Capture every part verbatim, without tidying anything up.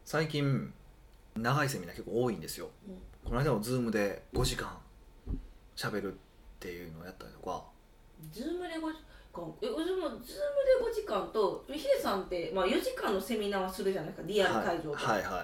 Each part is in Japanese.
最近長いセミナー結構多いんですよ、うん、この間も Zoom でごじかん喋るっていうのをやったりとか。 Zoom でごじかん、え、私も Zoom でごじかんとヒデさんって、まあ、よじかんのセミナーはするじゃないですか、リアル会場で、 はい、はいはい。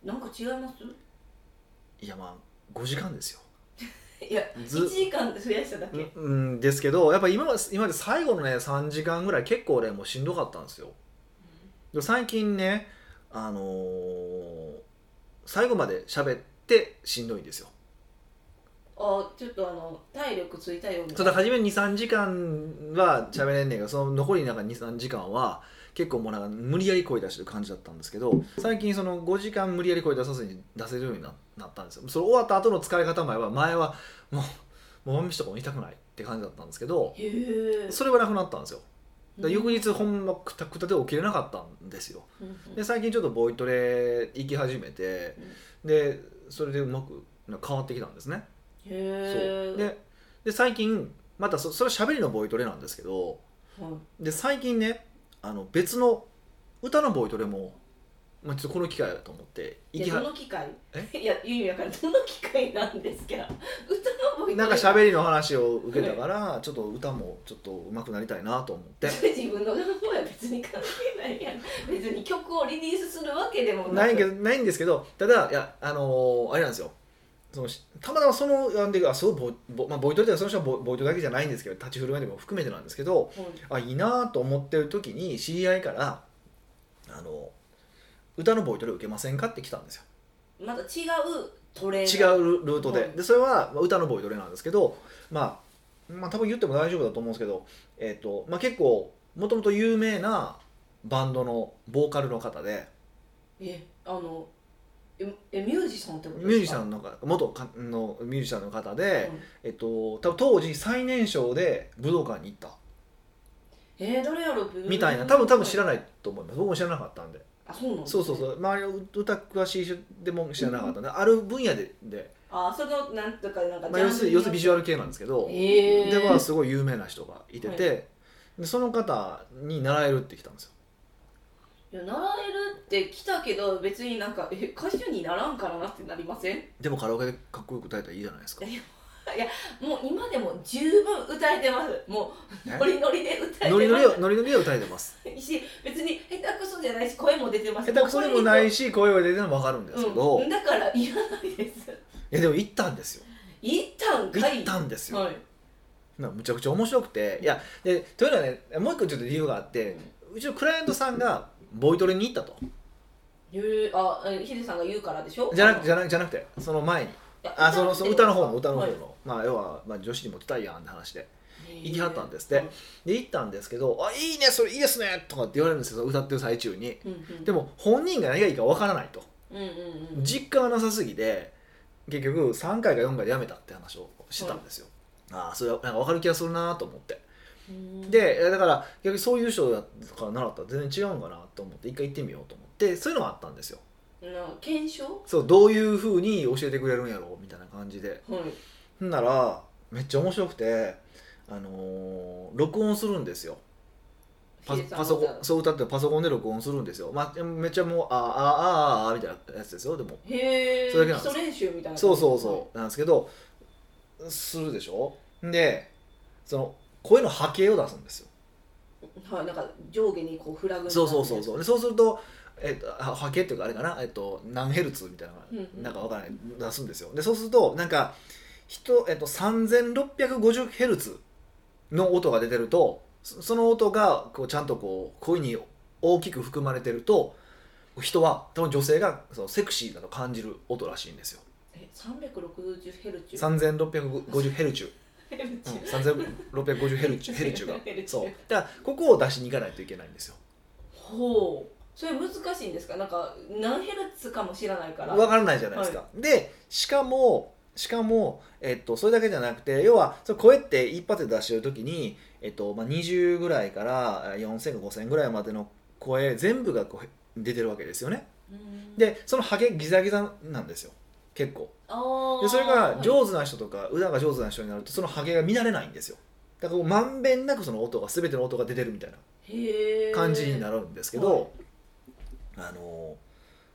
なんか違います？ いやまあごじかんですよいやいちじかんって増やしただけ、 うん、ですけどやっぱ今今まで最後のねさんじかんぐらい結構ねもうしんどかったんですよ、うん、最近ねあのー、最後まで喋ってしんどいんですよ。 あ、ちょっとあの体力ついたよみたいな。 それ初めにさんじかんは喋れんねんけど、その残りなんかにさんじかんは結構もうなんか無理やり声出してる感じだったんですけど、最近そのごじかん無理やり声出さずに出せるようになったんですよ。それ終わった後の使い方前は前はもうもう飯とかも痛くないって感じだったんですけど、 へそれはなくなったんですよ。だ翌日ほんまくたくたで起きれなかったんですよ。で最近ちょっとボイトレ行き始めて、でそれでうまく変わってきたんですね。 へそう で, で最近また そ, それは喋りのボイトレなんですけど、はい、で最近ねあの別の歌のボイトレも、まあ、ちょっとこの機会だと思っていやどの機会いや意味わかんないどの機会なんですか歌のボイトレなんか喋りの話を受けたから、はい、ちょっと歌もちょっと上手くなりたいなと思って自分の歌の方は別に関係ないやん別に曲をリリースするわけでもないけどないんですけど、ただいやあのー、あれなんですよ、そのたまたまそのやんであすごいボイ、ボまあ、ボイトレってその人はボイトレだけじゃないんですけど立ち振る舞いでも含めてなんですけど、うん、あいいなと思ってる時に知り合いからあの歌のボイトレ受けませんかって来たんですよ。 また違うトレー違うルートで、うん、でそれは歌のボイトレなんですけど、まあ、まあ多分言っても大丈夫だと思うんですけど、えーとまあ、結構もともと有名なバンドのボーカルの方で、 えあのえミュージシャンってことですか？ ミュージシャンの元かのミュージシャンの方で、うん、えっと、多分当時最年少で武道館に行ったえー、誰やろみたいな、多分多分知らないと思います。僕も知らなかったんで。 あ、そうなんですね。 そうそうそう、周りの歌詳しい人でも知らなかったんで、うん、ある分野でであそのなんとかなんか、 まあ、要するに要するにビジュアル系なんですけど、えー、ではすごい有名な人がいてて、はい、でその方に習えるって来たんですよ。 いや習えるって来たけど別になんかえ歌手にならんからなってなりません？ でもカラオケでかっこよく歌えたらいいじゃないですか。 いやもう今でも十分歌えてます。もうノリノリで歌えてます。ノリノリノリノリで歌えてますし別に下手くそじゃないし声も出てます。 下手くそでもないし声は出てるのも分かるんですけど、 うん、だからいらないです。いやでも行ったんですよ。 行ったんかい。 行ったんですよ、はい、むちゃくちゃ面白くて、いやでというのはねもう一個ちょっと理由があって、うちのクライアントさんがボイトレに行ったと。 へあヒデさんが言うからでしょ？ じゃなくじゃなじゃなくてその前にあそのその歌の方の歌の方の、はい、まあ要は、まあ、女子にモテたいやんって話で行きはったんですって。で行ったんですけど「あいいねそれいいですね」とかって言われるんですよ、歌ってる最中に、うんうん、でも本人が何がいいかわからないと、うんうんうん、実感がなさすぎて結局さんかいかよんかいでやめたって話をしてたんですよ、はい、ああそれなんか分かる気がするなと思って、でだから逆にそういう人から習ったら全然違うんかなと思って一回行ってみようと思ってそういうのがあったんですよ。 検証？ そうどういう風に教えてくれるんやろうみたいな感じで、はい、ほんならめっちゃ面白くて、あのー、録音するんですよ。パ, パソコンそう歌ってパソコンで録音するんですよ、まあ、めっちゃもうあーあーあーあーみたいなやつですよ。でもへー、それだけなんです。基礎練習みたいな。 そうそうそう、なんですけどするでしょ。でその声の波形を出すんですよ。 はい、なんか上下にこうフラグみたいな。そうそうそうそう。でそうするとえっと、波形っていうかあれかな、えっと、何ヘルツみたいなのがなんかわからない出すんですよ。でそうするとなんか人、えっと、さんぜんろっぴゃくごじゅうヘルツの音が出てるとその音がこうちゃんとこう声に大きく含まれてると人は多分女性がそのセクシーだと感じる音らしいんですよ。 えさんびゃくろくじゅうヘルツさんぜんろっぴゃくごじゅうヘルツさんぜんろっぴゃくごじゅうヘルツヘルツがそうだからここを出しに行かないといけないんですよ。 ほうそれ難しいんですか？なんか何ヘルツかも知らないから分からないじゃないですか、はい、でしかもしかも、えっと、それだけじゃなくて要はその声って一発で出してる時に、えっとまあ、にじゅうぐらいからよんせんかごせんぐらいまでの声全部がこう出てるわけですよね。でそのハゲギザギザなんですよ結構。でそれが上手な人とか歌が上手な人になるとそのハゲが見慣れないんですよ。だからまんべんなくその音が全ての音が出てるみたいな感じになるんですけど、はい、あの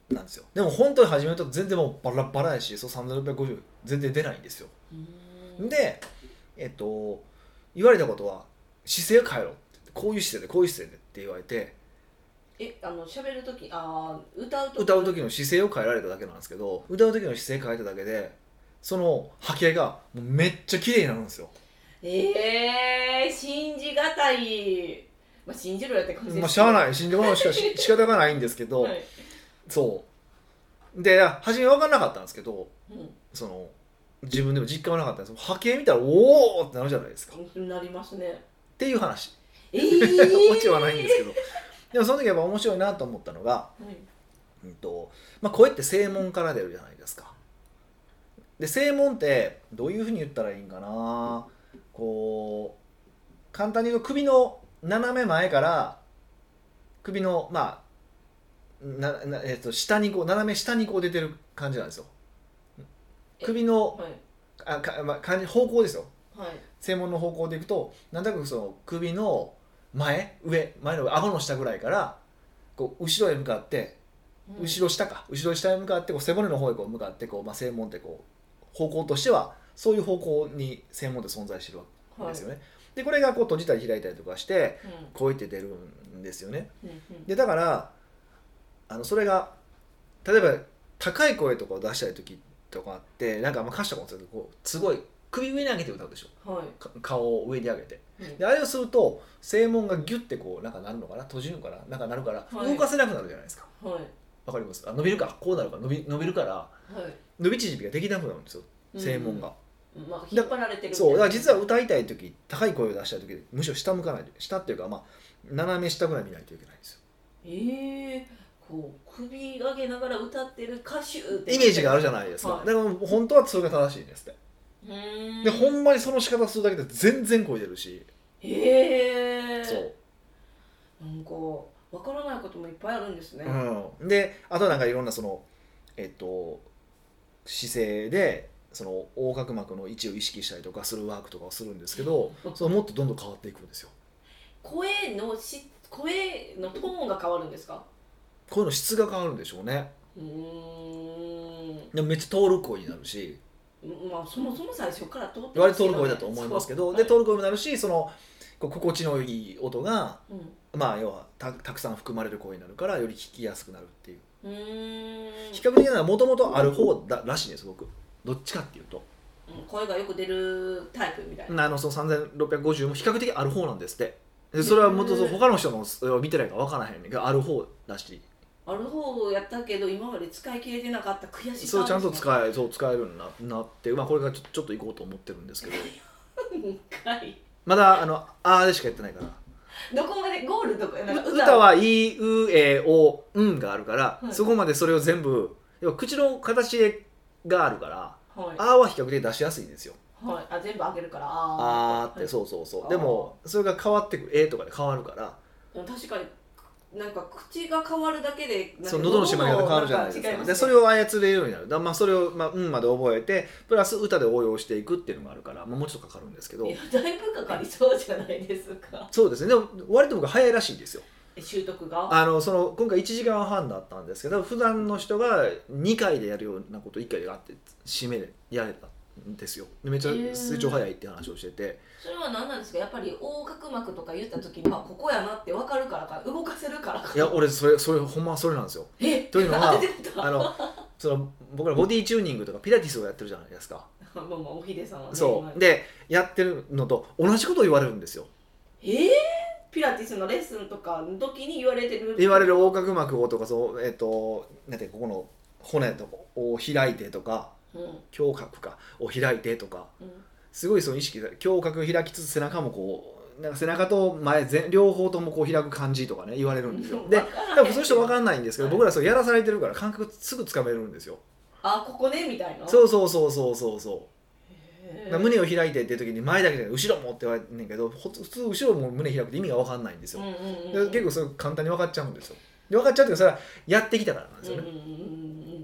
なんですよ。でも本当に始めると全然もうバラバラやし、そうさんぜんろっぴゃくごじゅう全然出ないんですよ。で、えっと言われたことは姿勢を変えろって、こういう姿勢でこういう姿勢でって言われて、 え、あの喋る時、あ歌う時歌う時の姿勢を変えられただけなんですけど、歌う時の姿勢変えただけでその波形がもうめっちゃ綺麗になるんですよ。 えー、信じがたい。まあ信じろやって感じです。 まあしゃあない、信じもらうしかし仕方がないんですけど、はい、そうで初め分からなかったんですけど、うん、その自分でも実感はなかったんですけど、波形見たらおおってなるじゃないですか。 なりますねっていう話。 えー、 オチはないんですけど、でもその時やっぱ面白いなと思ったのが、はいうんとまあ、声って声門から出るじゃないですか。で声門ってどういうふうに言ったらいいんかな、こう簡単に言うと首の斜め前から首のまあなな、えっと、下にこう斜め下にこう出てる感じなんですよ。首の、はい、あかまあ、感じ方向ですよ、はい、声門の方向でいくとなんとなくその首の前上前の上顎の下ぐらいからこう後ろへ向かって、うん、後ろ下か後ろ下へ向かってこう背骨の方へこう向かってこう、まあ、声門ってこう方向としてはそういう方向に声門って存在してるわけですよね、はい、でこれがこう閉じたり開いたりとかして、うん、こうやって出るんですよね、うんうん、でだからあのそれが例えば高い声とかを出したい時とかってなんかまあ歌詞とかもするとこうすごい首上に上げて歌うでしょ、はい、顔を上に上げて、うん、であれをすると声門がギュッてこうなんかなるのかな閉じるのかななんかなるから、はい、動かせなくなるじゃないですか。わ、はい、かります。あ伸びるかこうなるから伸び伸びるから、はい、伸び縮みができなくなるんですよ声門が、 うんまあ、引っ張られてるそうだから実は歌いたい時高い声を出したい時むしろ下向かないで下っていうかまあ斜め下ぐらい見ないといけないんですよ。 えーこう首上げながら歌ってる歌手ってイメージがあるじゃないですか、はい、でも本当はそれが正しいんですって。うんでほんまにその仕方するだけで全然声出るし。 へえ。 そうなんか分からないこともいっぱいあるんですね、 うん、であとなんかいろんなそのえっと姿勢でその横隔膜の位置を意識したりとかするワークとかをするんですけどそのもっとどんどん変わっていくんですよ。 声のし声のトーンが変わるんですか。 声の質が変わるんでしょうね。うーんでもめっちゃ通る声になるし、 まあそもそも最初から通って割と通る声だと思いますけど、で通る声もなるしそのこう心地のいい音が、うん、まあ要は た, たくさん含まれる声になるからより聞きやすくなるっていう。うーん比較的なのはもともとある方だらしいんです僕。どっちかっていうと、 うん、声がよく出るタイプみたいな。 あのそのさんぜんろっぴゃくごじゅうも比較的ある方なんですって。でそれはもともと他の人のそれを見てないから分からへんねんけどある方らしい。 ある方やったけど今まで使い切れてなかった悔しさ、 そうちゃんと使えそう使えるように な, なって、まあ、これからちょちょっと行こうと思ってるんですけどまだあのあーでしかやってないからどこまでゴールとかなんか 歌, 歌は「い」「う」「え」「お」「ん」があるから、はい、そこまでそれを全部要は口の形があるから、はい、あーは比較的出しやすいんですよ、 はい、あ全部上げるからあーって、はい、そうそうそうでもそれが変わってく「え」とかで変わるから確かになんか口が変わるだけでそう喉の締まり方変わるじゃないですか、ね、でそれを操れるようになるだ、まあ、それを、まあ、うんまで覚えてプラス歌で応用していくっていうのがあるから、まあ、もうちょっとかかるんですけど。 いやだいぶかかりそうじゃないですか。 そうですね。でも割と僕早いらしいんですよ習得が。 あのその今回いちじかんはんだったんですけど普段の人がにかいでやるようなことをいっかいであって締めでやれたんですよ。めっちゃ成長早いって話をしてて、 それは何なんですか。やっぱり横隔膜とか言った時にはここやなって分かるからか動かせるからか。 いや俺それそれほんまはそれなんですよ。 えというのはあのその僕らボディチューニングとかピラティスをやってるじゃないですかまあまあおひでさんはねそうでやってるのと同じことを言われるんですよ。 えーピラティスのレッスンとかの時に言われてる言われる横隔膜をとかそうえっ、ー、となんてここの骨とかを開いてとか、うん、胸郭かを開いてとか、うん、すごいその意識胸郭開きつつ背中もこうなんか背中と前全両方ともこう開く感じとかね言われるんですよ。で多分そういう人分かんないんですけど、はい、僕らそうやらされてるから感覚すぐつかめるんですよ。 あここねみたいな。 そうそうそうそうそうそう胸を開いてっていう時に前だけで後ろもって言われてんねんけど普通後ろも胸開くって意味が分かんないんですよ、うんうんうん、結構それ簡単に分かっちゃうんですよ。で分かっちゃうっていうかそれはやってきたからなんですよね、うんうんうん、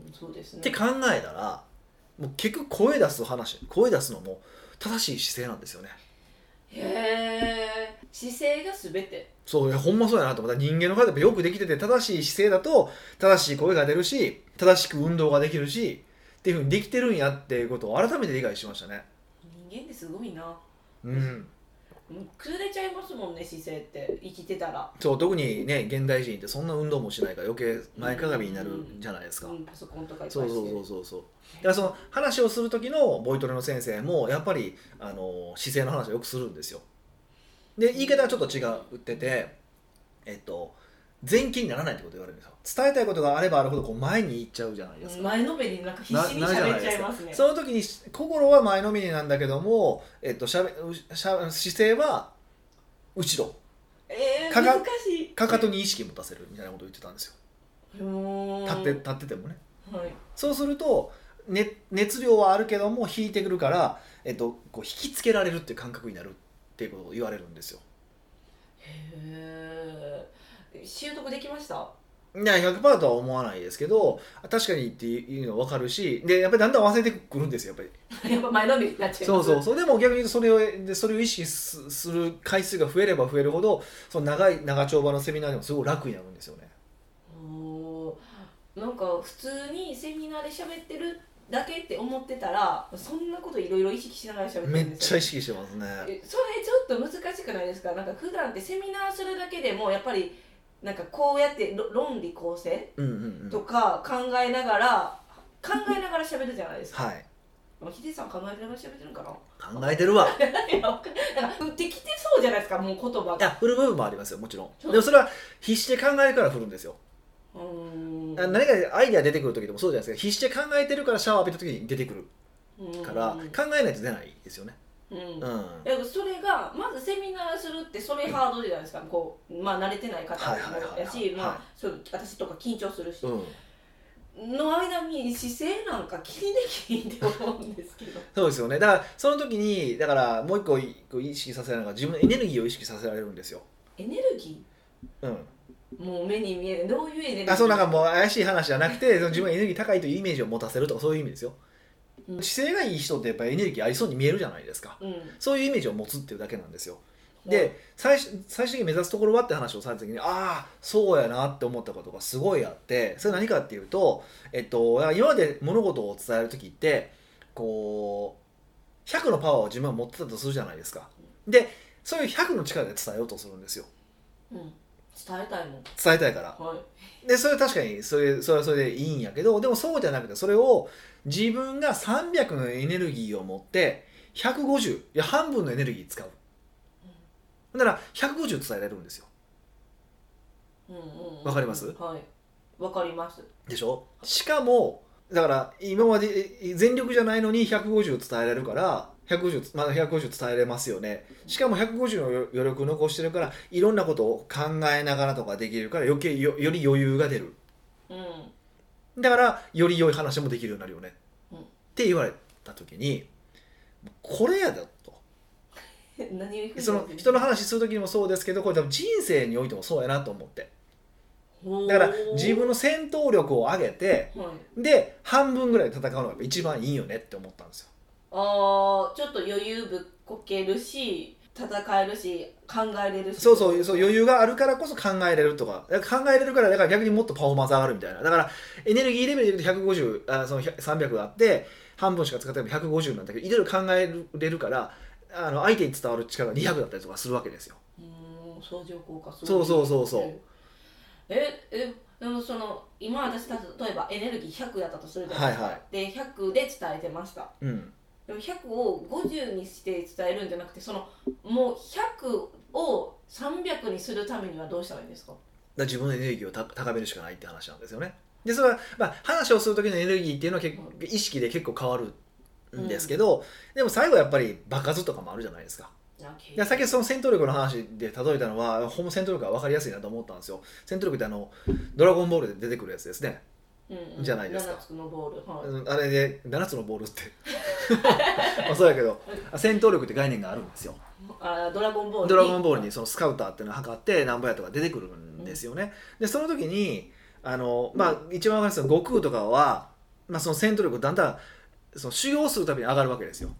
そうですねって考えたらもう結局声出す話声出すのも正しい姿勢なんですよね。 へえ、姿勢が全て。 そういやほんまそうやなと思った。人間の体ってよくできてて、正しい姿勢だと正しい声が出るし、正しく運動ができるしっていうふうにできてるんやっていうことを改めて理解しましたね。 人間ってすごいな。 うんもう崩れちゃいますもんね、姿勢って生きてたら。 そう特にね現代人ってそんな運動もしないから余計前かがみになるじゃないですか、 うんうん、パソコンとかいっぱいそうそうそうそうそうだからその話をする時のボイトレの先生もやっぱりあの姿勢の話をよくするんですよ。で言い方がちょっと違ってて、えっと前傾にならないってこと言われるんですよ。伝えたいことがあればあるほどこう前に行っちゃうじゃないですか。 前のめりになんか必死に喋っちゃいますね。 その時に心は前のめりなんだけども、えっと、しゃべしゃ姿勢は後ろ、 えー、 かか難しい。 かかとに意識持たせるみたいなことを言ってたんですよ。 う立って立っててもね、 はい、 そうすると、ね、熱量はあるけども引いてくるから、えっと、こう引きつけられるっていう感覚になるっていうことを言われるんですよ。 へえ、習得できました？ いや ひゃくパーセント とは思わないですけど、確かにっていうの分かるし、でやっぱりだんだん忘れてくるんですよやっぱり。 やっぱ前のめりになっちゃいます。 そうそうそう。でも逆に言うとそれをでそれを意識すする回数が増えれば増えるほど、その長い長丁場のセミナーでもすごい楽になるんですよね。 おなんか普通にセミナーで喋ってるだけって思ってたら、そんなこといろいろ意識しながら喋ってるんですよ。 めっちゃ意識してますね。 それちょっと難しくないですか？なんか普段ってセミナーするだけでもやっぱりなんかこうやって論理構成とか考えながら、考えながら喋るじゃないですか。はい。ヒデさん考えながら喋ってるんかな？ 考えてるわ。 なんか降ってきてそうじゃないですか、もう言葉が。 いや振る部分もありますよもちろん。でもそれは必死で考えるから振るんですよ。うーん何かアイデア出てくる時でもそうじゃないですか。必死で考えてるからシャワー浴びた時に出てくるから考えないと出ないですよね。 うんうん、それがまずセミナーするってそれハードじゃないですか。こう、まあ、慣れてない方もやし、私とか緊張するし、うん、の間に姿勢なんか気にできんって思うんですけどそうですよね。だからその時にだからもう一個意識させられるのが自分のエネルギーを意識させられるんですよ。 エネルギー？うん、もう目に見える。どういうエネルギー？ あそうなんかもう怪しい話じゃなくて、その自分がエネルギー高いというイメージを持たせるとかそういう意味ですよ。うん、姿勢がいい人ってやっぱりエネルギーありそうに見えるじゃないですか、うん、そういうイメージを持つっていうだけなんですよ。で最最終的に目指すところはって話をされた時に、ああそうやなって思ったことがすごいあって、それ何かっていうと、えっと、今まで物事を伝える時ってこうひゃくのパワーを自分は持ってたとするじゃないですか。でそういうひゃくの力で伝えようとするんですよ、 うん、伝えたいもん。 伝えたいから、はい、でそれは確かにそれ、それはそれでいいんやけど、でもそうじゃなくてそれを自分がさんびゃくのエネルギーを持ってひゃくごじゅう、いや半分のエネルギー使う、うん、だからひゃくごじゅう伝えられるんですよ。わ、うんうん、かります？ はい、わかりますでしょ。しかもだから今まで全力じゃないのにひゃくごじゅう伝えられるからひゃくごじゅう、まあ、ひゃくごじゅう伝えれますよね。しかもひゃくごじゅうの余力残してるからいろんなことを考えながらとかできるから余計 よ, より余裕が出る、うん、だからより良い話もできるようになるよね、うん、って言われた時にこれやだと何をその人の話する時にもそうですけど、これ多分人生においてもそうやなと思って、だから自分の戦闘力を上げて、はい、で半分ぐらいで戦うのが一番いいよねって思ったんですよ。 あちょっと余裕ぶっこけるし戦えるし考えれるし、 そうそうそう、余裕があるからこそ考えれるとか、考えれるからだから逆にもっとパフォーマンス上がるみたいな。だからエネルギーレベルでひゃくごじゅう、あそのさんびゃくがあって半分しか使ってもひゃくごじゅうなんだけど、いろいろ考えれるからあの相手に伝わる力がにひゃくだったりとかするわけですよ。 うーん相乗効果すごい。そうそうそうそう。 ええでもその今私例えばエネルギーひゃくだったとするじゃないですか、はいはい、でひゃくで伝えてました、うん、でもひゃくをごじゅうにして伝えるんじゃなくて、そのもうひゃくをさんびゃくにするためにはどうしたらいいんですか？だから自分のエネルギーを高めるしかないって話なんですよね。でそれは、まあ、話をする時のエネルギーっていうのは結構、うん、意識で結構変わるんですけど、うん、でも最後やっぱり場数とかもあるじゃないですか。で先ほどその戦闘力の話で例えたのはほんま戦闘力が分かりやすいなと思ったんですよ。戦闘力ってあのドラゴンボールで出てくるやつですね、うんうん、じゃないですか。ななつのボール、はい、あれでななつのボールってまあそうやけど戦闘力って概念があるんですよ。 あドラゴンボールにドラゴンボールにそのスカウターっていうのを測って何ぼやとか出てくるんですよね、うん、でその時にあの、まあ、一番分かりやすいのは悟空とかは、まあ、その戦闘力だんだんその修行するたびに上がるわけですよ。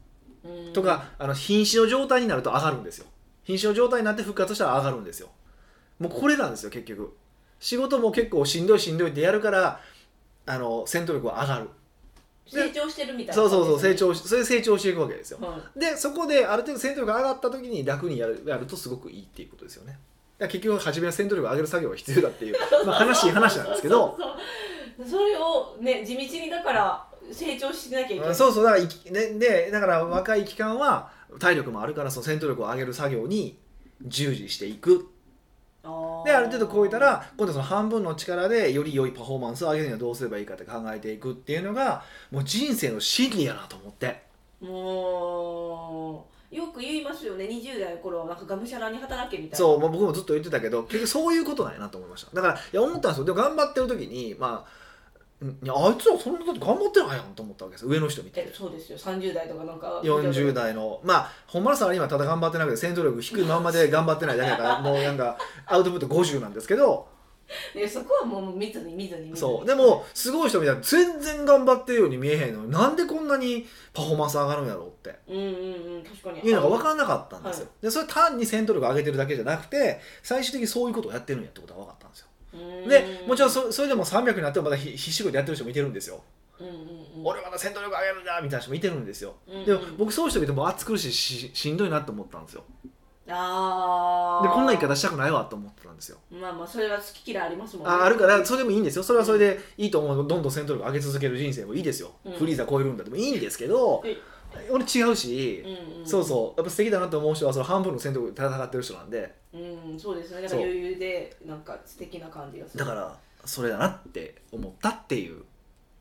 とかあの瀕死の状態になると上がるんですよ。瀕死の状態になって復活したら上がるんですよ。もうこれなんですよ結局。仕事も結構しんどいしんどいってやるからあの戦闘力は上がる。 成長してるみたいな、 そうそうそう成長それで成長していくわけですよ、はい、でそこである程度戦闘力が上がった時に楽にやる、やるとすごくいいっていうことですよね。だから結局初めは戦闘力を上げる作業が必要だっていう、まあ、悲しい話なんですけどそうそうそうそれをね地道にだから成長しなきゃいけない。 そうそうだから、ね、でだから若い期間は体力もあるからその戦闘力を上げる作業に従事していく。である程度超えたら今度その半分の力でより良いパフォーマンスを上げるにはどうすればいいかって考えていくっていうのがもう人生の真理やなと思って。 もうよく言いますよね、にじゅう代の頃はなんかがむしゃらに働けみたいな。 そう、まあ、僕もずっと言ってたけど結局そういうことなんやなと思いました。だからいや思ったんですよ。でも頑張ってる時にまあいやあいつらそんなだって頑張ってないやんと思ったわけですよ。上の人見て。 そうですよ、さんじゅう代とかなんかよんじゅう代のまあ本丸さんは今ただ頑張ってなくて戦闘力低いまんまで頑張ってないだけだからもうなんかアウトプットごじゅうなんですけどでそこはもう見ずに見ずに見ずに。 そうでもすごい人みたいな全然頑張ってるように見えへんのになんでこんなにパフォーマンス上がるんやろうってうんうんうん確かにいうのが分からなかったんですよ、はい、でそれ単に戦闘力上げてるだけじゃなくて最終的にそういうことをやってるんやってことが分かったんですよ。でもちろん そ, それでもさんびゃくになってもまだ必死こいでやってる人もいてるんですよ、うんうんうん、俺まだ戦闘力上げるんだみたいな人もいてるんですよ、うんうん、でも僕そういう人見ても暑苦しい し, しんどいなと思ったんですよ。あでこんな言い方したくないわと思ってたんですよ。 まあまあそれは好き嫌いありますもんね。 あ, あるからそれでもいいんですよ。それはそれでいいと思う。どんどん戦闘力上げ続ける人生もいいですよ、うん、フリーザ超えるんだでもいいんですけど、俺違うし、うんうん、そうそうやっぱ素敵だなと思う人はその半分の戦闘力で戦ってる人なんで、 うんそうですね。だから余裕でなんか素敵な感じがする。 だからそれだなって思ったっていう。うん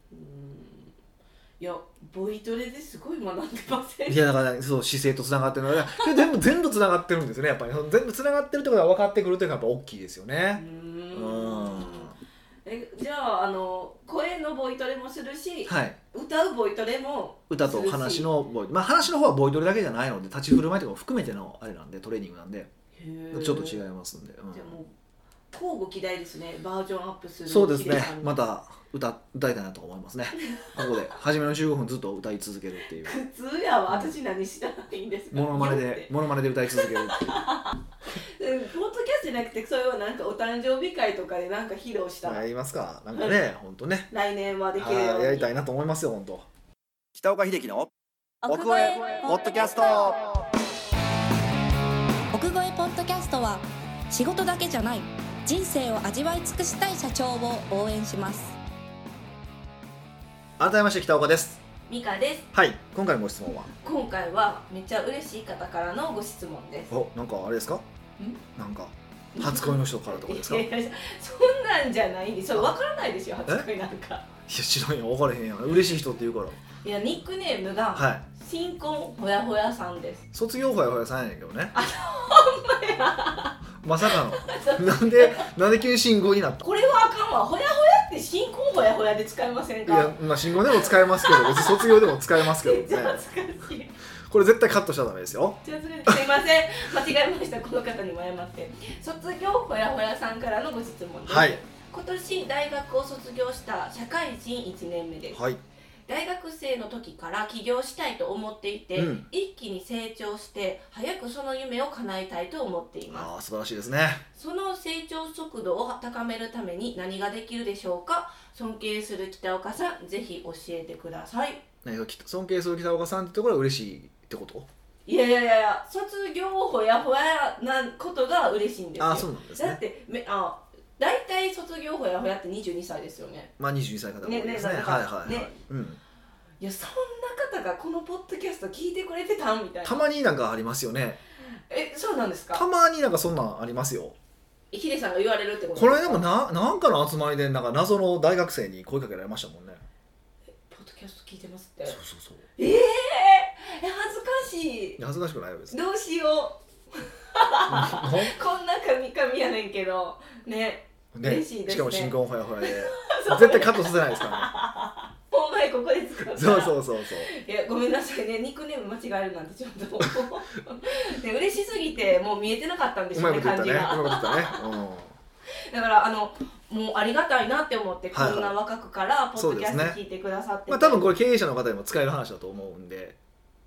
いやボイトレですごい学んでません？ いやだから、ね、そう姿勢とつながってるのが全部全部つながってるんですよね。やっぱり全部つながってるってことが分かってくるというのがやっぱ大きいですよね。うーんうんえじゃあ、あの声のボイトレもするし、 はい、 歌うボイトレも歌と話のボイまあ話の方はボイトレだけじゃないので立ち振る舞いとかも含めてのあれなんでトレーニングなんでちょっと違いますんで、うん、 じゃあもう交互期待ですね。バージョンアップする。 そうですね。また 歌, 歌いたいなと思いますね。ここで初めのじゅうごふんずっと歌い続けるっていう。 普通やわ。私何したらいいんですか。 モノマネでモノマネで歌い続けるっていう。ポッドキャストじゃなくてそれはなんかお誕生日会とかでなんか披露したら。 やりますか。なんかね本当ね。 来年はできるようにやりたいなと思いますよ本当。北岡秀樹の奥越えポッドキャスト。 奥越えポッドキャストは仕事だけじゃない。人生を味わい尽くしたい社長を応援します。 改めまして北岡です。 美香です。 はい、今回のご質問は今回はめっちゃ嬉しい方からのご質問です。 お、なんかあれですか？んなんか初恋の人からとかですか？ いやいやそんなんじゃないんで、それ分からないですよ初恋なんか。いや知らんよ、分からへんやん。嬉しい人って言うから。 いやニックネームが、はい、新婚ほやほやさんです。 卒業ほやほやさんやねんけどね。 あ、ほんまや。 まさかのなんでなんで急に新婚になった？ これはあかんわ。ほやほやって新婚ほやほやで使えませんか？ いや、まあ、新婚でも使えますけど別に卒業でも使えますけどね。 めっちゃ恥ずかしい。 これ絶対カットしちゃダメですよ。 すいません間違えました。この方にも謝って。卒業ほやほやさんからのご質問です、はい、今年大学を卒業した社会人いちねんめです、はい、大学生の時から起業したいと思っていて、うん、一気に成長して早くその夢を叶えたいと思っています。 ああ素晴らしいですね。 その成長速度を高めるために何ができるでしょうか？尊敬する北岡さん、ぜひ教えてください。 尊敬する北岡さんってところが嬉しいってこと？ いやいやいや、卒業ほやほやなことが嬉しいんですよ。 あ、そうなんですね。 だってめあ大体卒業ほやほやってにじゅうにさいですよね。 まあにじゅうにさい方が多いですね。ねねはいはいはい。ね、うん。 いやそんな方がこのポッドキャスト聞いてくれてたんみたいな。 たまになんかありますよね。 え、そうなんですか？ たまになんかそんなんありますよ。 ヒデさんが言われるってことですか？ これでもななんかの集まりでなんか謎の大学生に声かけられましたもんね。 え、ポッドキャスト聞いてますって。 そうそうそう。 えー、え恥ずかしい。 恥ずかしくないよ別に。 どうしよう。こんなカミカミやねんけどね。 ね、 嬉しいですね。 しかも新婚ほやほやで絶対カットさせないですからね。 お前ここで使う。 そうそうそうそう。 いやごめんなさいね、ニックネーム間違えるなんてちょっとね、嬉しすぎてもう見えてなかったんでしょうね、感じが。うまいこと言ったね。うん。だからあのもうありがたいなって思って、こんな若くからポッドキャスト聞いてくださってて、 まあ多分これ経営者の方にも使える話だと思うんで。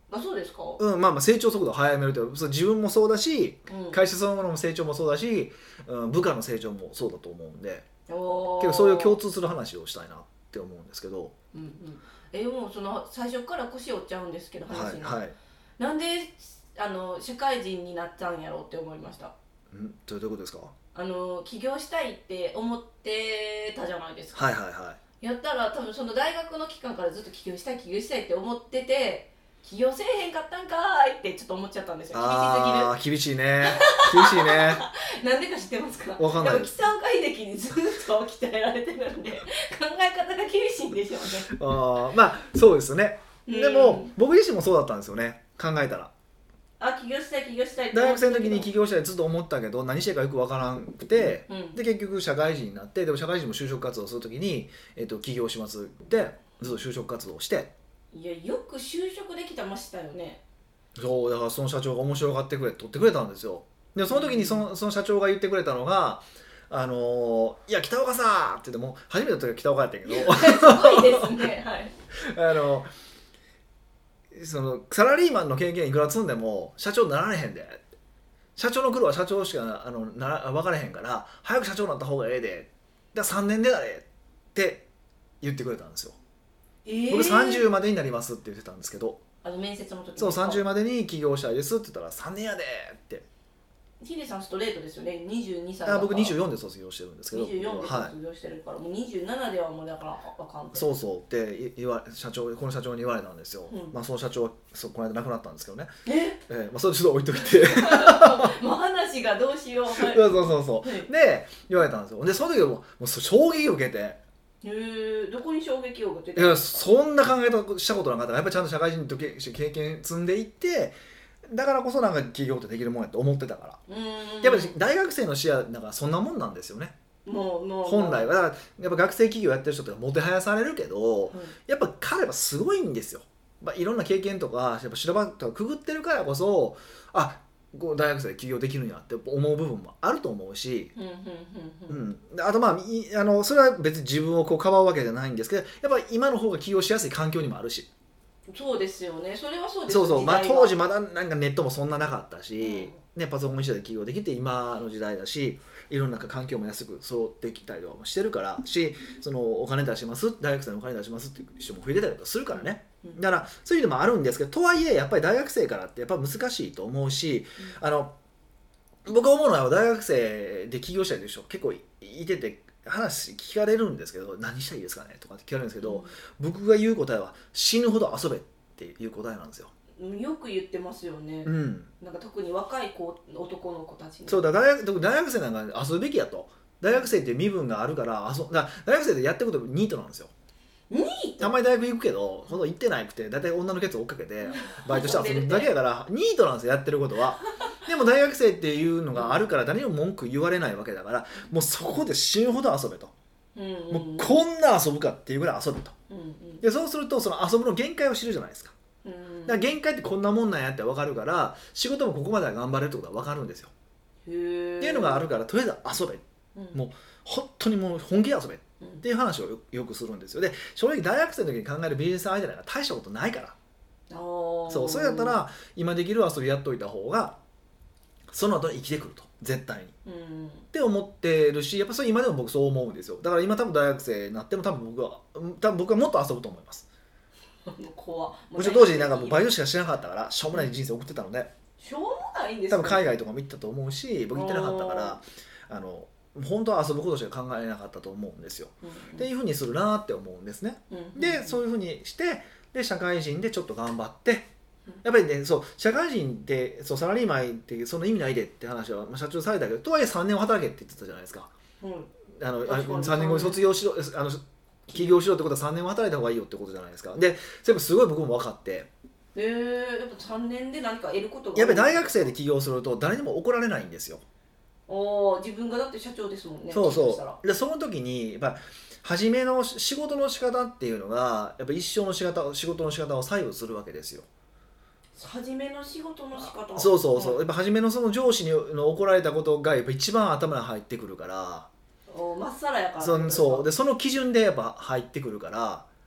あ、そうですか。 うん、まあまあ成長速度を早めるというか、自分もそうだし、 うん、 会社そのものの成長もそうだし、うん、部下の成長もそうだと思うんで、 お結構そういう共通する話をしたいなって思うんですけど、 うんうん、えもうその最初から腰折っちゃうんですけど話が、 はいはい、 なんであの社会人になったんやろうって思いました。 んどういうことですか？ あの起業したいって思ってたじゃないですか。 はいはいはい。 やったら多分その大学の期間からずっと起業したい起業したいって思ってて、起業せえへんかったんかーいってちょっと思っちゃったんですよ。 あ厳しすぎる。厳しいね。厳しいね。 なんでか知ってますか？ わかんないです。 北岡秀樹にずっと鍛えられてるんで考え方が厳しいんでしょうね。 あまあそうですね。でも僕自身もそうだったんですよね。考えたら。 あ、起業したい起業したいって大学生の時に起業したいずっと思ったけど何してるかよくわからんくて、 うん、 で結局社会人になって、でも社会人も就職活動する時に、えー、と起業しますってずっと就職活動をして、 いやよく就職できたましたよね。 そうだからその社長が面白がってくれ取ってくれたんですよ。でその時にその、その社長が言ってくれたのがあのー、いや北岡さんって言っても初めての時は北岡やったけどすごいですね、はい、 あのそのサラリーマンの経験いくら積んでも社長になられへんで、社長の苦労は社長しかあのな分からへんから早く社長になった方がええで、だからさんねんでだれって言ってくれたんですよ、えー、僕さんじゅうまでになりますって言ってたんですけど、 あの面接の時にそうさんじゅうまでに起業したいですって言ったらさんねんやでって。 ヒデさんストレートですよね。にじゅうにさいだから。 僕にじゅうよんで卒業してるんですけど、 にじゅうよんで卒業してるから、はい、もうにじゅうななではもうだからあかんって。 そうそうって言わ社長この社長に言われたんですよ、うん、まあその社長はそこの間亡くなったんですけどね、 ええーまあ、それちょっと置いといてもう話がどうしよう、はい、 そうそうそうそう、はい、で言われたんですよ。でその時ももう衝撃を受けて、 へえ、どこに衝撃を受けて？ いやそんな考え方したことなかったから、やっぱりちゃんと社会人と経験積んでいってだからこそなんか起業ってできるもんやと思ってたから、うん、やっぱり大学生の視野だからそんなもんなんですよね。もうもう本来はだからやっぱ学生企業やってる人ってもてはやされるけど、うん、やっぱ彼はすごいんですよ。まあ、いろんな経験とかやっぱ修羅場とかくぐってるからこそあこう大学生で起業できるんやって思う部分もあると思うし、あとまああのそれは別に自分をこうかばうわけじゃないんですけど、やっぱり今の方が起業しやすい環境にもあるし。 そうですよね。それはそうですよね。 そうそう、まあ、当時まだなんかネットもそんななかったし、うんね、パソコン一台で起業できて今の時代だし、いろんな環境も安く揃ってきたりとかもしてるからし、そのお金出します大学生のお金出しますっていう人も増えてたりとかするからね、うん、だからそういうのもあるんですけど、とはいえやっぱり大学生からってやっぱ難しいと思うし、うん、あの僕が思うのは大学生で起業したりでしょ結構いてて話聞かれるんですけど、何したらいいですかねとかって聞かれるんですけど、うん、僕が言う答えは死ぬほど遊べっていう答えなんですよ。 よく言ってますよね、うん、なんか特に若い子男の子たちにそうだ大学、大学生なんか遊ぶべきやと。大学生っていう身分があるから遊だ大学生でやってることニートなんですよ。 ニートたまに大学行くけどほんと行ってないくて大体女のケツ追っかけてバイトして遊ぶだけやからニートなんですよやってることは。でも大学生っていうのがあるから誰にも文句言われないわけだから、もうそこで死ぬほど遊べと、うんうんうん、もうこんな遊ぶかっていうぐらい遊べと、うんうん、でそうするとその遊ぶの限界を知るじゃないですか。だから限界ってこんなもんなんやって分かるから、仕事もここまでは頑張れるってことは分かるんですよ。へーっていうのがあるから、とりあえず遊べ、うん、もう本当にもう本気で遊べっていう話を よ, よくするんですよ。で正直大学生の時に考えるビジネスアイデアなんか大したことないから、そうそれだったら今できる遊びやっといた方がその後に生きてくると絶対に、うん、って思ってるし、やっぱそれ今でも僕そう思うんですよ。だから今多分大学生になっても多分僕は多分僕はもっと遊ぶと思います。 怖もちろん当時なんかもうバイトしかしなかったからしょうもない人生送ってたので、 しょうもないんですか、 多分海外とかも行ったと思うし、僕行ってなかったからあの本当は遊ぶことしか考えなかったと思うんですよ、うんうん、っていうふうにするなって思うんですね、うんうんうん、でそういうふうにしてで社会人でちょっと頑張ってやっぱりね、そう社会人ってそうサラリーマンってその意味ないでって話は、まあ、社長されたけど、とはいえさんねんは働けって言ってたじゃないですか、うん、あのさんねんごに卒業しろあの起業しろってことはさんねんは働いた方がいいよってことじゃないですか。でそれすごい僕も分かって、 えー、やっぱさんねんで何か得ることがやっぱり大学生で起業すると誰にも怒られないんですよ。 お自分がだって社長ですもんね。 そうそうでその時にやっぱ初めの仕事の仕方っていうのがやっぱ一生の仕方仕事の仕方を左右するわけですよ。 初めの仕事の仕方そうそうそう、やっぱ初めのその上司にの怒られたことがやっぱ一番頭に入ってくるから、 おまっさらやからそそうでその基準でやっぱ入ってくるから、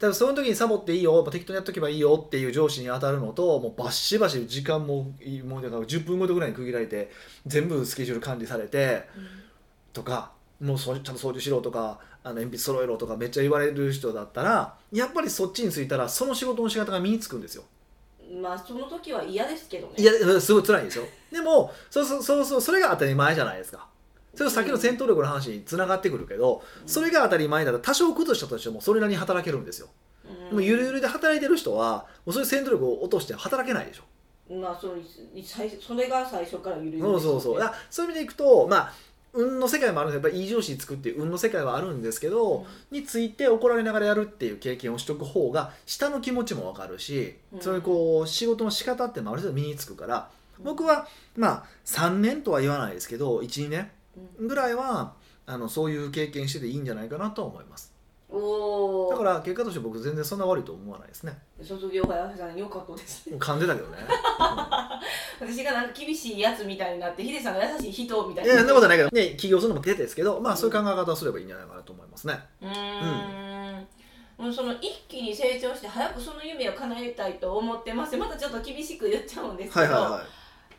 多分その時にサボっていいよ適当にやっとけばいいよっていう上司に当たるのともうバッシバシ時間ももうだからじゅっぷんごとぐらいに区切られて全部スケジュール管理されて、うん、とかもうそちゃんと掃除しろとかあの鉛筆揃えろとかめっちゃ言われる人だったらやっぱりそっちについたらその仕事の仕方が身につくんですよ。 まあその時は嫌ですけどね。 いやすごい辛いんですよ。でもそうそうそうそうそれが当たり前じゃないですか。それさっきの戦闘力の話につながってくるけど、うん、それが当たり前なら多少崩したとしてもそれなりに働けるんですよ。うん、でもゆるゆるで働いてる人はもうそういう戦闘力を落として働けないでしょ。 まあそうそれが最初からゆるゆるですよね。そうそうそう。だそういう意味でいくとまあ運の世界もあるんでやっぱりいい上司につくっていう運の世界はあるんですけど、うん、について怒られながらやるっていう経験をしとく方が下の気持ちも分かるし、うん、そういうこう仕事の仕方ってある程度身につくから、うん、僕はまあさんねんとは言わないですけど いちにねんぐらいはあのそういう経験してていいんじゃないかなと思います。おだから結果として僕全然そんな悪いと思わないですね。 卒業がやさん良かったですね。 噛んでたけどね、 うん、私がなんか厳しいやつみたいになってヒデさんが優しい人みたいな。いやそんなことないけどね起業するのも手ですけどまあそういう考え方をすればいいんじゃないかなと思いますね。 うーん、うん、もうその一気に成長して早くその夢を叶えたいと思ってます。またちょっと厳しく言っちゃうんですけど、はいはいはい、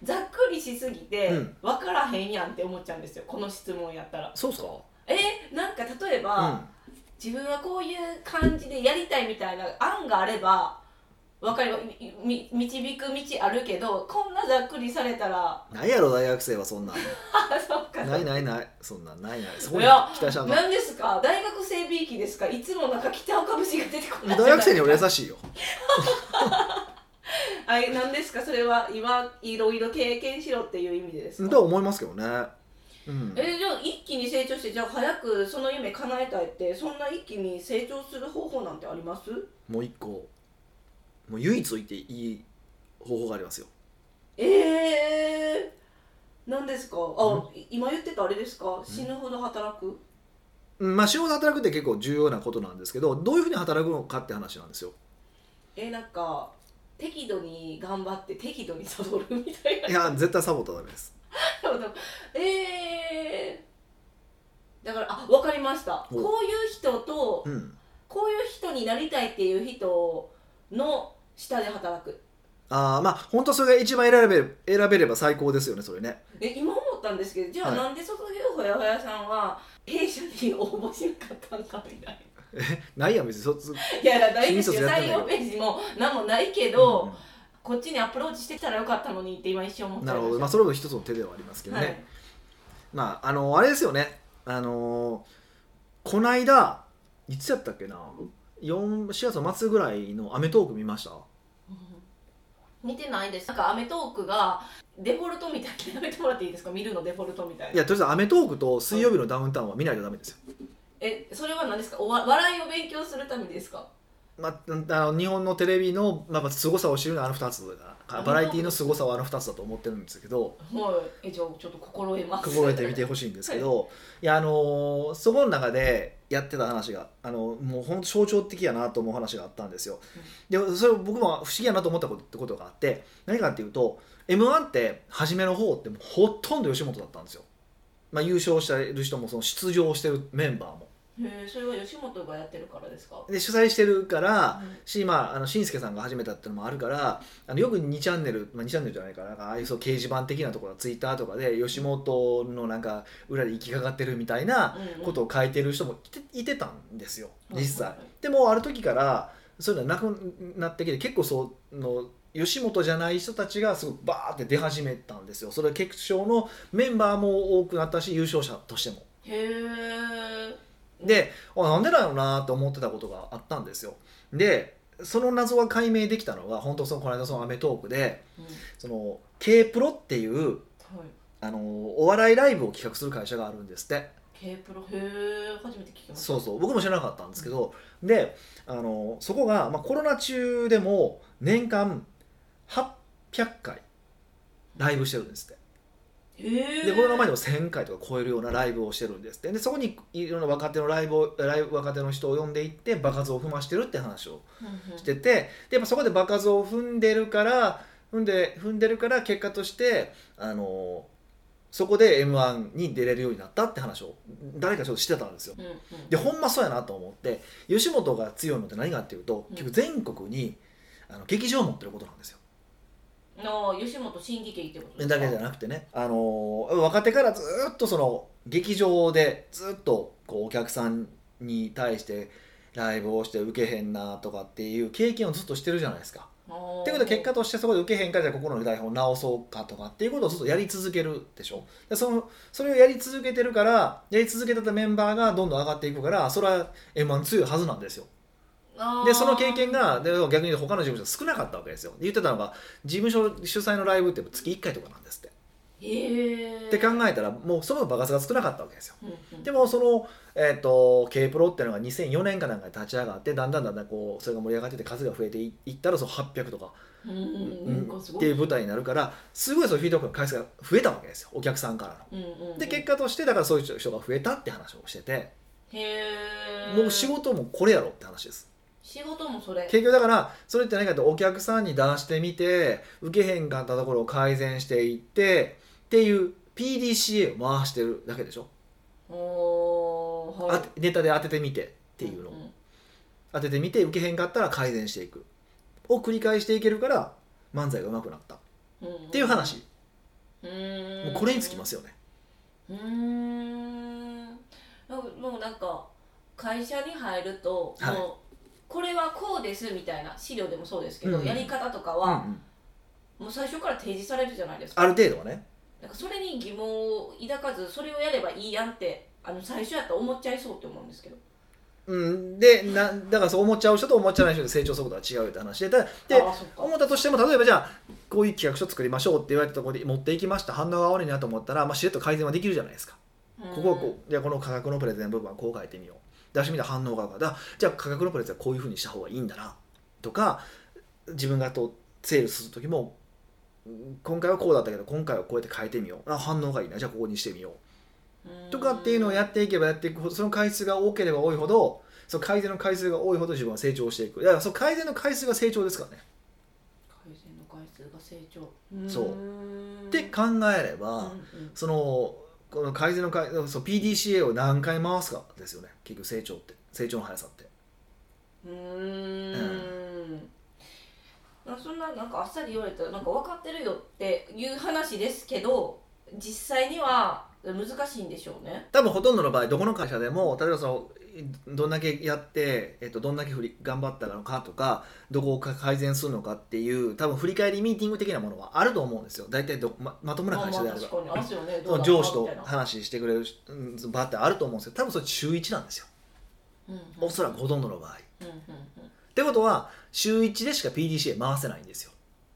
ざっくりしすぎて分からへんやんって思っちゃうんですよこの質問やったら。 そうっすか。 えなんか例えば、うん自分はこういう感じでやりたいみたいな案があれば分かりみ導く道あるけどこんなざっくりされたらないやろ大学生はそんなんそうかないないないそんなんないないそこに北さんが何ですか大学生びいきですか。いつもなんか北岡節が出てこない。 大学生に俺優しいよあれ何ですかそれは今いろいろ経験しろっていう意味でですか。 と思いますけどね。 うん、えじゃあ一気に成長してじゃあ早くその夢叶えたいってそんな一気に成長する方法なんてあります？ もう一個もう唯一言っていい方法がありますよ。 えー、何ですか。あ、今言ってたあれですか、死ぬほど働く。 まあ死ぬほど働くって結構重要なことなんですけどどういうふうに働くのかって話なんですよ。 えなんか適度に頑張って適度にサボるみたいな。 いや絶対サボったらダメです。 えー、だからあ分かりました。こういう人と、うん、こういう人になりたいっていう人の下で働く。 ああまあ本当それが一番選べ選べれば最高ですよねそれね。 え今思ったんですけどじゃあ、はい、なんで卒業ほやほやさんは弊社に応募しなかったんかみたいな。 えないやん別に卒いやないですよ採用ページも何もないけど、うんうんこっちにアプローチしてきたらよかったのにって今一瞬思ってました。 なるほど、まあ、それも一つの手ではありますけどね、はい、まああのあれですよねあのこの間いつやったっけなしがつの末ぐらいのアメトーーク見ました？ 見てないです。なんかアメトーークがデフォルトみたいにやめてもらっていいですか見るのデフォルトみたいな。 いやとりあえずアメトーークと水曜日のダウンタウンは見ないとダメですよ。 えそれは何ですかおわ笑いを勉強するためですか？ まあ、あの日本のテレビの、まあ、凄さを知るのはあのふたつだバラエティの凄さはあのふたつだと思ってるんですけど、 はい、えじゃあちょっと心得ます心得てみてほしいんですけど、はい、いやあのー、そこの中でやってた話があのもう本当象徴的やなと思う話があったんですよ、うん、でそれ僕も不思議やなと思ったことことがあって何かっていうと エムワン って初めの方ってもうほとんど吉本だったんですよ、まあ、優勝してる人もその出場してるメンバーもへそれは吉本がやってるからですか？ で主催してるから、うん、し、まあ、あのしんすけさんが始めたっていうのもあるからあのよくにチャンネル、まあ、にチャンネルじゃないかなああいうそう掲示板的なところツイッターとかで吉本のなんか裏で行きかかってるみたいなことを書いてる人もい て, いてたんですよ実際、うんうん、でもある時からそういうのはなくなってきて結構その吉本じゃない人たちがすごくバーって出始めたんですよ。それは決勝のメンバーも多くなったし優勝者としてもへーであなんでだろうなと思ってたことがあったんですよ。でその謎が解明できたのが本当そのこの間そのアメトーークで、うん、その K プロっていう、はい、あのお笑いライブを企画する会社があるんですって。 K プロへえ初めて聞きました。 そうそう僕も知らなかったんですけど、うん、であのそこが、まあ、コロナ中でも年間はっぴゃっかいライブしてるんですって。でコロナ前でもせんかいとか超えるようなライブをしてるんですって。でそこにいろんな若手のライブをライブ若手の人を呼んでいって場数を踏ましてるって話をしてて、でやっぱそこで場数を踏んでるから踏んで踏んでるから結果としてあのそこで エムワン に出れるようになったって話を誰かちょっとしてたんですよ、うんうん、でほんまそうやなと思って吉本が強いのって何かっていうと、うん、結局全国にあの劇場を持ってることなんですよ。 の吉本新喜劇ってことですか？ だけじゃなくてね、あの若手からずっとその劇場でずっとこうお客さんに対してライブをして受けへんなとかっていう経験をずっとしてるじゃないですか。っていうことで結果としてそこで受けへんからじゃあここの台本を直そうかとかっていうことをずっとやり続けるでしょ。でそのそれをやり続けてるからやり続けてたメンバーがどんどん上がっていくからそれは エムワン 強いはずなんですよ。でその経験がで逆に他の事務所少なかったわけですよ。言ってたのが事務所主催のライブって月いっかいとかなんですって。 へーって考えたらもうその爆発が少なかったわけですよ、うんうん、でもその、えー、と K プロっていうのがにせんよねんかなんかに立ち上がってだんだんだんだんこうそれが盛り上がってて数が増えていったらそのはっぴゃくとか、うんうんうん、っていう舞台になるからすごいそのフィードバックの回数が増えたわけですよお客さんからの、うんうんうん、で結果としてだからそういう人が増えたって話をしててへもう仕事もこれやろって話です。 仕事もそれ結局だからそれって何かとお客さんに出してみて受けへんかったところを改善していってっていう ピーディーシーエー を回してるだけでしょ。お、はい、ネタで当ててみてっていうのを、うんうん、当ててみて受けへんかったら改善していくを繰り返していけるから漫才が上手くなった、うんうん、っていう話。うーんもうこれにつきますよね。 うーんもうなんか会社に入ると、はい、もうこれはこうですみたいな資料でもそうですけど、うん、やり方とかは、うんうん、もう最初から提示されるじゃないですか。 ある程度はね。 なんかそれに疑問を抱かずそれをやればいいやんってあの最初やったら思っちゃいそうって思うんですけど、 うん、でなだからそう思っちゃう人と思っちゃわない人で成長速度は違うって話で、で思ったとしても例えばじゃあこういう企画書作りましょうって言われたところで持っていきました反応が悪いなと思ったら、まあ、しれっと改善はできるじゃないですか。ここはこうじゃあこの価格のプレゼン部分はこう書いてみよう出してみた反応があるからじゃあ価格のプレゼンはこういうふうにした方がいいんだなとか自分がとセールする時も今回はこうだったけど今回はこうやって変えてみようあ反応がいいなじゃあここにしてみようとかっていうのをやっていけばやっていくほどその回数が多ければ多いほどその改善の回数が多いほど自分は成長していく。だからその改善の回数が成長ですからね。 改善の回数が成長そうって考えれば、うんうん、そのこの改善の回そう ピーディーシーエー を何回回すかですよね結局成長って成長の速さってうーん、 うん、そんななんかあっさり言われたらなんか分かってるよっていう話ですけど実際には難しいんでしょうね。 多分ほとんどの場合どこの会社でも例えばそのどんだけやって、えっと、どんだけ振り頑張ったのかとかどこを改善するのかっていう多分振り返りミーティング的なものはあると思うんですよ大体ど ま, まともな会社であれば、まあまあ確かにありますよね、上司と話してくれる場ってあると思うんですけど多分それ週いちなんですよ、うんうん、おそらくほとんどの場合、うんうんうん、ってことは週いちでしか ピーディーシーエー 回せないんですよ。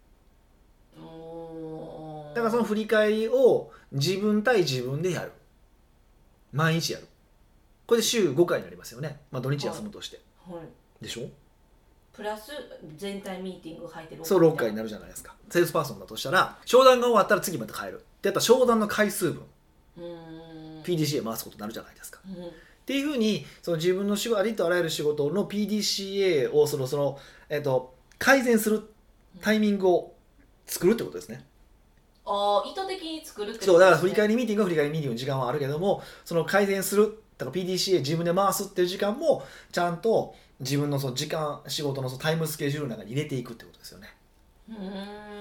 だからその振り返りを自分対自分でやる毎日やるこれで週ごかいになりますよね、まあ、土日休むとして、はいはい、でしょプラス全体ミーティング入ってるそうろっかいになるじゃないですか。セールスパーソンだとしたら商談が終わったら次また変えるってやったら商談の回数分うーん ピーディーシーエー 回すことになるじゃないですか、うん、っていうふうにその自分の仕事ありとあらゆる仕事の ピーディーシーエー をそのその、えー、と改善するタイミングを作るってことですね。 あ意図的に作るってことですね。 そうだから振り返りミーティングは振り返りミーティングの時間はあるけどもその改善するだから ピーディーシーエー 自分で回すっていう時間もちゃんと自分のその時間仕事のそのタイムスケジュールの中に入れていくってことですよね。 うーん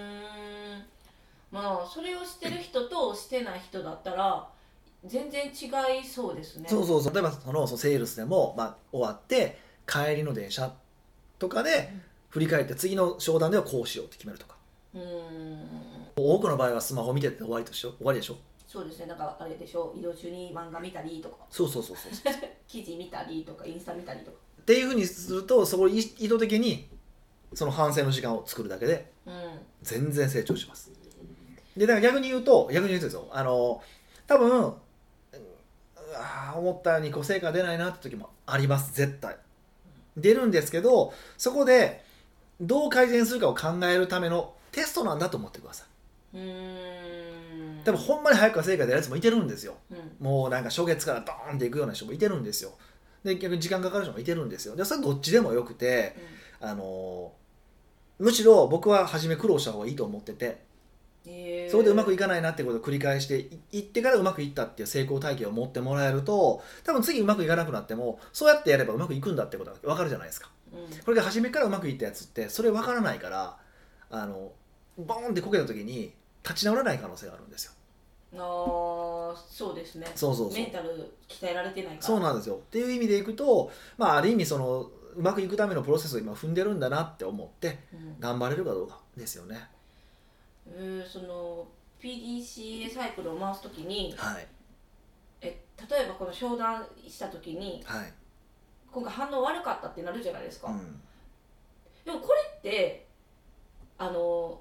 まあそれをしてる人としてない人だったら全然違いそうですね。 そうそうそう例えばそのそのセールスでも、まあ、終わって帰りの電車とかで振り返って次の商談ではこうしようって決めるとかうーん多くの場合はスマホ見てて終わりとしょ終わりでしょ。 そうですねなんかあれでしょ移動中に漫画見たりとかそうそうそうそう記事見たりとかインスタ見たりとかっていうふうにするとそこを意図的にその反省の時間を作るだけで全然成長します、うん、でだから逆に言うと逆に言うとですよあの多分あ思ったようにこう成果出ないなって時もあります絶対出るんですけどそこでどう改善するかを考えるためのテストなんだと思ってください。うーん多分ほんまに早く成果出るやつもいてるんですよ、うん、もうなんか初月からドーンっていくような人もいてるんですよ。で逆に時間かかる人もいてるんですよ。でそれはどっちでもよくて、うん、あのむしろ僕は初め苦労した方がいいと思っててそこでうまくいかないなってことを繰り返していってからうまくいったっていう成功体験を持ってもらえると、多分次うまくいかなくなってもそうやってやればうまくいくんだってことが分かるじゃないですか、うん、これが初めからうまくいったやつってそれ分からないから、あのボーンってこけた時に立ち直らない可能性があるんですよ。 あそうですね。 そうそうそう、 メンタル鍛えられてないから。 そうなんですよ。っていう意味でいくと、まあ、ある意味そのうまくいくためのプロセスを今踏んでるんだなって思って頑張れるかどうかですよね、 うん、その ピーディーシーエー サイクルを回すときに、はい、え例えばこの商談したときに、はい、今回反応悪かったってなるじゃないですか、うん、でもこれってあの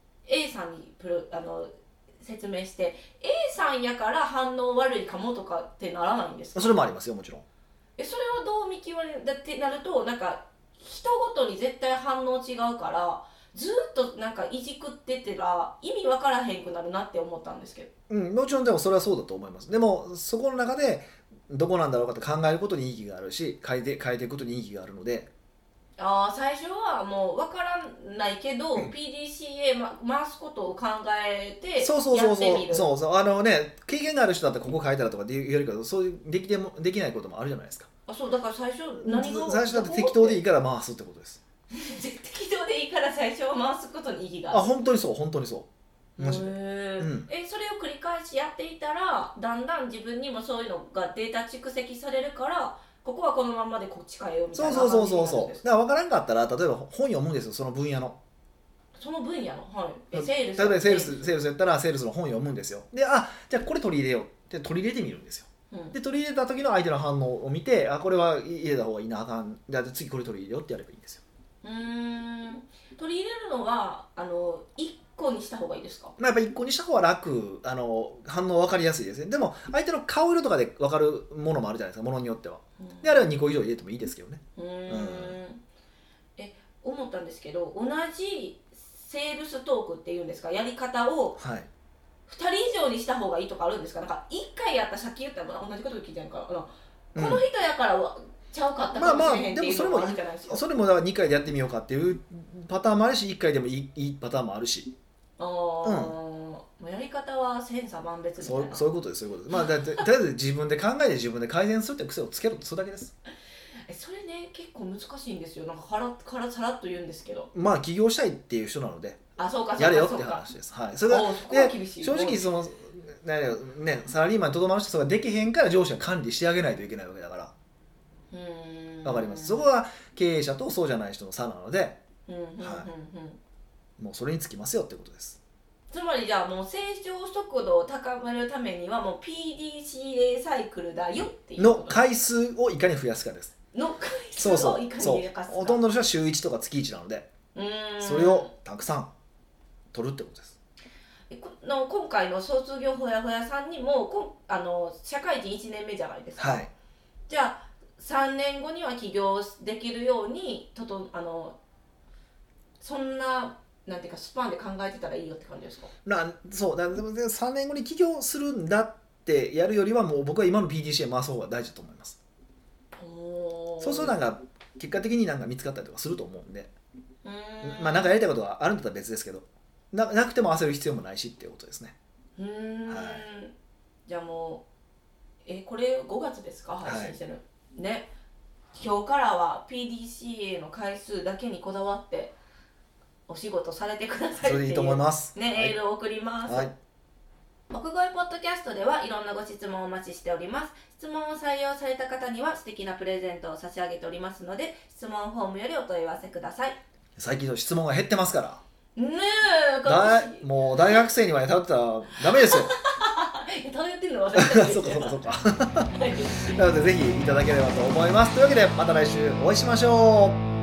A さんにプロあの説明して A さんやから反応悪いかもとかってならないんですか？ それもありますよ、もちろん。 えそれはどう見極めだってなると、なんか人ごとに絶対反応違うからずっとなんかいじくっててら意味わからへんくなるなって思ったんですけど。 うん、もちろんでもそれはそうだと思います。でもそこの中でどこなんだろうかって考えることに意義があるし、変えて変えていくことに意義があるので。 あ最初はもう分からないけど、うん、ピーディーシーエー、ま、回すことを考えてやってみる。 そうそうそうそうそうそう、あのね、経験がある人だったらここ変えたらとか言えるけど、そういうできてもできないこともあるじゃないですか。 あそうだから最初何が最初だって適当でいいから回すってことです。 適当でいいから最初は回すことに意義がある。 あ本当にそう本当にそう。マジで。うん、 えそれを繰り返しやっていたらだんだん自分にもそういうのがデータ蓄積されるから。ここはこのままでこっち変えようみたいな感じになるんです。そうそうそうそう。だから分からんかったら例えば本読むんですよ、その分野の。その分野の、はい。えセールス。 例えばセールスセールスやったらセールスの本読むんですよ。で、あじゃあこれ取り入れようって取り入れてみるんですよ。うん、で取り入れた時の相手の反応を見て、あこれは入れた方がいいなあかん。じゃあ次これ取り入れようってやればいいんですよ。 うーん。取り入れるのはあのいっこにした方がいいですか？ まあ、やっぱいっこにした方が楽、あの反応分かりやすいですね。でも相手の顔色とかで分かるものもあるじゃないですか、ものによっては。うん、であればにこ以上入れてもいいですけどね。 うーん、うん、え思ったんですけど、同じセールストークっていうんですか、やり方をふたり以上にした方がいいとかあるんですか？なんかいっかいやったらさっき言ったら同じこと聞いてないから、うん、この人やからはちゃうかったかもしれへんっていうのもあるじゃないですか。 それもだからにかいでやってみようかっていうパターンもあるし、いっかいでもいい、いいパターンもあるし。 あうん、やり方は千差万別みたいな。 そう、そういうことです、そういうことです。まあだってとりあえず自分で考えて自分で改善するって癖をつけろってそれだけです。 えそれね結構難しいんですよ。なんかからからさらっと言うんですけど。 まあ起業したいっていう人なので。 あそうかそうかやれよって話です。はい。それがで正直そのねねサラリーマンにとどまる人ができへんから上司が管理してあげないといけないわけだから。うん。わかります。そこは経営者とそうじゃない人の差なので。うんうんうんうん。もうそれにつきますよってことです。 つまりじゃあもう成長速度を高めるためにはもう ピーディーシーエー サイクルだよっていうの回数をいかに増やすかです。 の回数をいかに増やすか。 ほとんどの人は週いちとか月いちなので、うーんそれをたくさん取るってことです。 の今回の卒業ほやほやさんにもこあの社会人いちねんめじゃないですか。はい、じゃあさんねんごには起業できるようにととあのそんななんていうかスパンで考えてたらいいよって感じですか？ なそうだでもさんねんごに起業するんだってやるよりはもう僕は今の ピーディーシーエー 回す方が大事だと思います。おそうするとなんか結果的になんか見つかったりとかすると思うんで、うんまあなんかやりたいことがあるんだったら別ですけど な, なくても焦る必要もないしっていうことですね。 うーん、はい、じゃあもうえこれごがつですか配信してる、はい、ね今日からは ピーディーシーエー の回数だけにこだわってお仕事されてくださいっていう、 それでいいと思います、 ね、エールを送ります、はい、奥越ポッドキャストではいろんなご質問をお待ちしております。質問を採用された方には素敵なプレゼントを差し上げておりますので質問フォームよりお問い合わせください。 最近の質問が減ってますからねえだもう大学生には頼ってたらダメですよ頼ってるの忘れてたそうかそうかそうかなのでぜひいただければと思います。というわけでまた来週お会いしましょう。